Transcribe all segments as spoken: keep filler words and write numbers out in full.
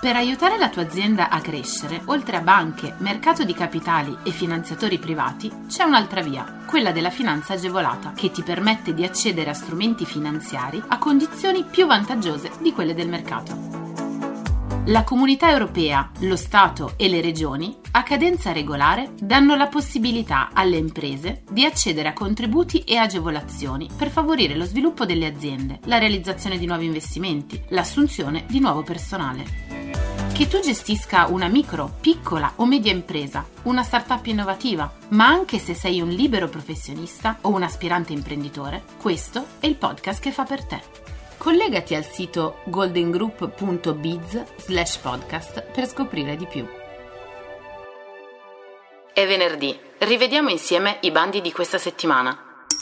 Per aiutare la tua azienda a crescere, oltre a banche, mercato di capitali e finanziatori privati, c'è un'altra via, quella della finanza agevolata, che ti permette di accedere a strumenti finanziari a condizioni più vantaggiose di quelle del mercato. La Comunità Europea, lo Stato e le Regioni, a cadenza regolare, danno la possibilità alle imprese di accedere a contributi e agevolazioni per favorire lo sviluppo delle aziende, la realizzazione di nuovi investimenti, l'assunzione di nuovo personale. Che tu gestisca una micro, piccola o media impresa, una startup innovativa, ma anche se sei un libero professionista o un aspirante imprenditore, questo è il podcast che fa per te. Collegati al sito goldengroup punto biz slash podcast per scoprire di più. È venerdì, rivediamo insieme i bandi di questa settimana.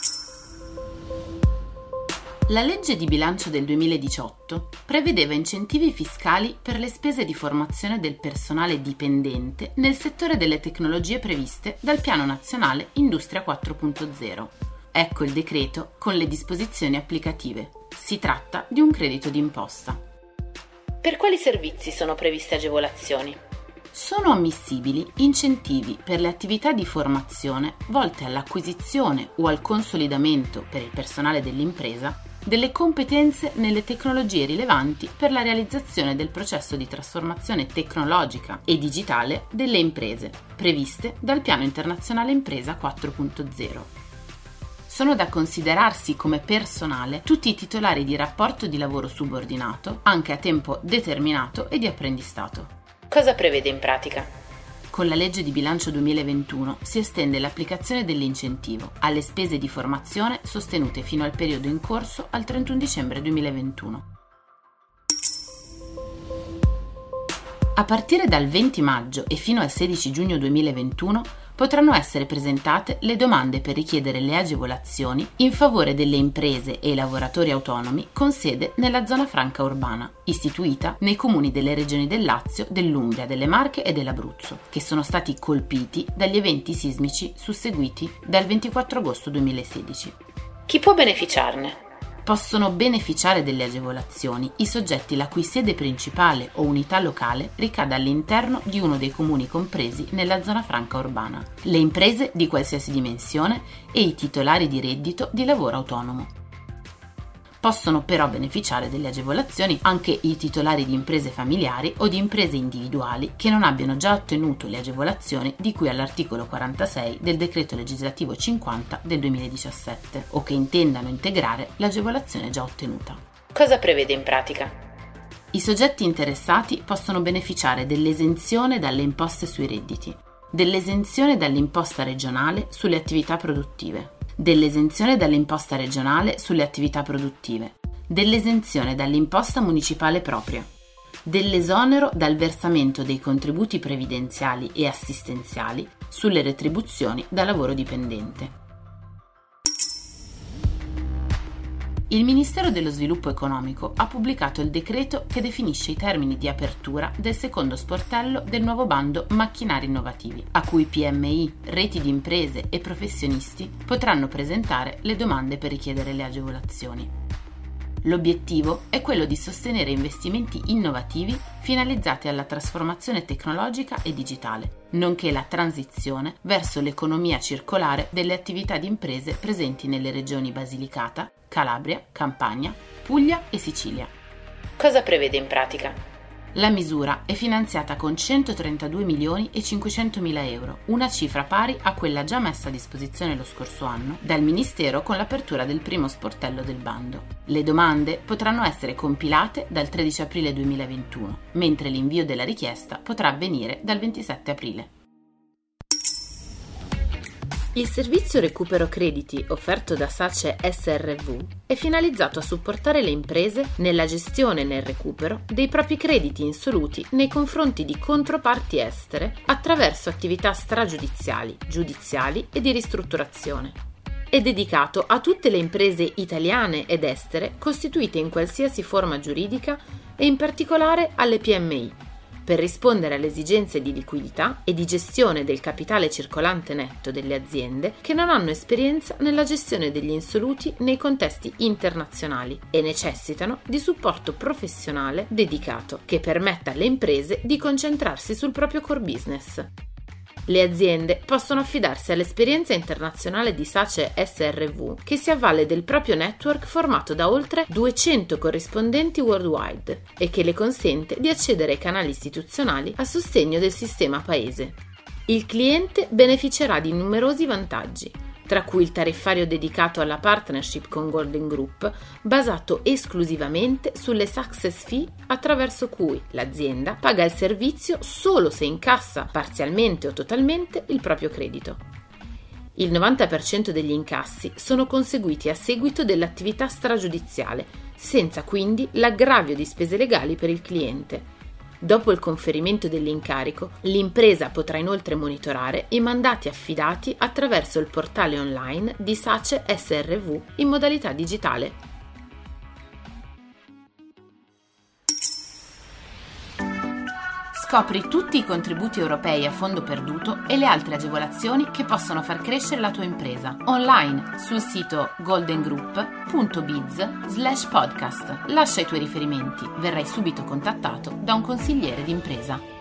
La legge di bilancio del duemiladiciotto prevedeva incentivi fiscali per le spese di formazione del personale dipendente nel settore delle tecnologie previste dal Piano Nazionale Industria quattro punto zero. Ecco il decreto con le disposizioni applicative. Si tratta di un credito d'imposta. Per quali servizi sono previste agevolazioni? Sono ammissibili incentivi per le attività di formazione volte all'acquisizione o al consolidamento per il personale dell'impresa delle competenze nelle tecnologie rilevanti per la realizzazione del processo di trasformazione tecnologica e digitale delle imprese, previste dal Piano Internazionale Impresa quattro punto zero. Sono da considerarsi come personale tutti i titolari di rapporto di lavoro subordinato, anche a tempo determinato e di apprendistato. Cosa prevede in pratica? Con la legge di bilancio duemilaventuno si estende l'applicazione dell'incentivo alle spese di formazione sostenute fino al periodo in corso al trentuno dicembre duemilaventuno. A partire dal venti maggio e fino al sedici giugno duemilaventuno potranno essere presentate le domande per richiedere le agevolazioni in favore delle imprese e i lavoratori autonomi con sede nella zona franca urbana, istituita nei comuni delle regioni del Lazio, dell'Umbria, delle Marche e dell'Abruzzo, che sono stati colpiti dagli eventi sismici susseguiti dal ventiquattro agosto duemilasedici. Chi può beneficiarne? Possono beneficiare delle agevolazioni i soggetti la cui sede principale o unità locale ricada all'interno di uno dei comuni compresi nella zona franca urbana, le imprese di qualsiasi dimensione e i titolari di reddito di lavoro autonomo. Possono però beneficiare delle agevolazioni anche i titolari di imprese familiari o di imprese individuali che non abbiano già ottenuto le agevolazioni di cui all'articolo quarantasei del decreto legislativo cinquanta del duemiladiciassette o che intendano integrare l'agevolazione già ottenuta. Cosa prevede in pratica? I soggetti interessati possono beneficiare dell'esenzione dalle imposte sui redditi, dell'esenzione dall'imposta regionale sulle attività produttive, dell'esenzione dall'imposta regionale sulle attività produttive, dell'esenzione dall'imposta municipale propria, dell'esonero dal versamento dei contributi previdenziali e assistenziali sulle retribuzioni da lavoro dipendente. Il Ministero dello Sviluppo Economico ha pubblicato il decreto che definisce i termini di apertura del secondo sportello del nuovo bando Macchinari Innovativi, a cui P M I, reti di imprese e professionisti potranno presentare le domande per richiedere le agevolazioni. L'obiettivo è quello di sostenere investimenti innovativi finalizzati alla trasformazione tecnologica e digitale, nonché la transizione verso l'economia circolare delle attività di imprese presenti nelle regioni Basilicata, Calabria, Campania, Puglia e Sicilia. Cosa prevede in pratica? La misura è finanziata con centotrentadue milioni e cinquecentomila euro, una cifra pari a quella già messa a disposizione lo scorso anno dal Ministero con l'apertura del primo sportello del bando. Le domande potranno essere compilate dal tredici aprile duemilaventuno, mentre l'invio della richiesta potrà avvenire dal ventisette aprile. Il servizio recupero crediti offerto da SACE S R V è finalizzato a supportare le imprese nella gestione e nel recupero dei propri crediti insoluti nei confronti di controparti estere attraverso attività stragiudiziali, giudiziali e di ristrutturazione. È dedicato a tutte le imprese italiane ed estere costituite in qualsiasi forma giuridica e in particolare alle P M I, per rispondere alle esigenze di liquidità e di gestione del capitale circolante netto delle aziende che non hanno esperienza nella gestione degli insoluti nei contesti internazionali e necessitano di supporto professionale dedicato che permetta alle imprese di concentrarsi sul proprio core business. Le aziende possono affidarsi all'esperienza internazionale di SACE S R V, che si avvale del proprio network formato da oltre duecento corrispondenti worldwide e che le consente di accedere ai canali istituzionali a sostegno del sistema paese. Il cliente beneficerà di numerosi vantaggi, tra cui il tariffario dedicato alla partnership con Golden Group, basato esclusivamente sulle success fee attraverso cui l'azienda paga il servizio solo se incassa parzialmente o totalmente il proprio credito. Il novanta per cento degli incassi sono conseguiti a seguito dell'attività stragiudiziale, senza quindi l'aggravio di spese legali per il cliente. Dopo il conferimento dell'incarico, l'impresa potrà inoltre monitorare i mandati affidati attraverso il portale online di SACE S R V in modalità digitale. Scopri tutti i contributi europei a fondo perduto e le altre agevolazioni che possono far crescere la tua impresa online sul sito goldengroup punto biz slash podcast. Lascia i tuoi riferimenti, verrai subito contattato da un consigliere d'impresa.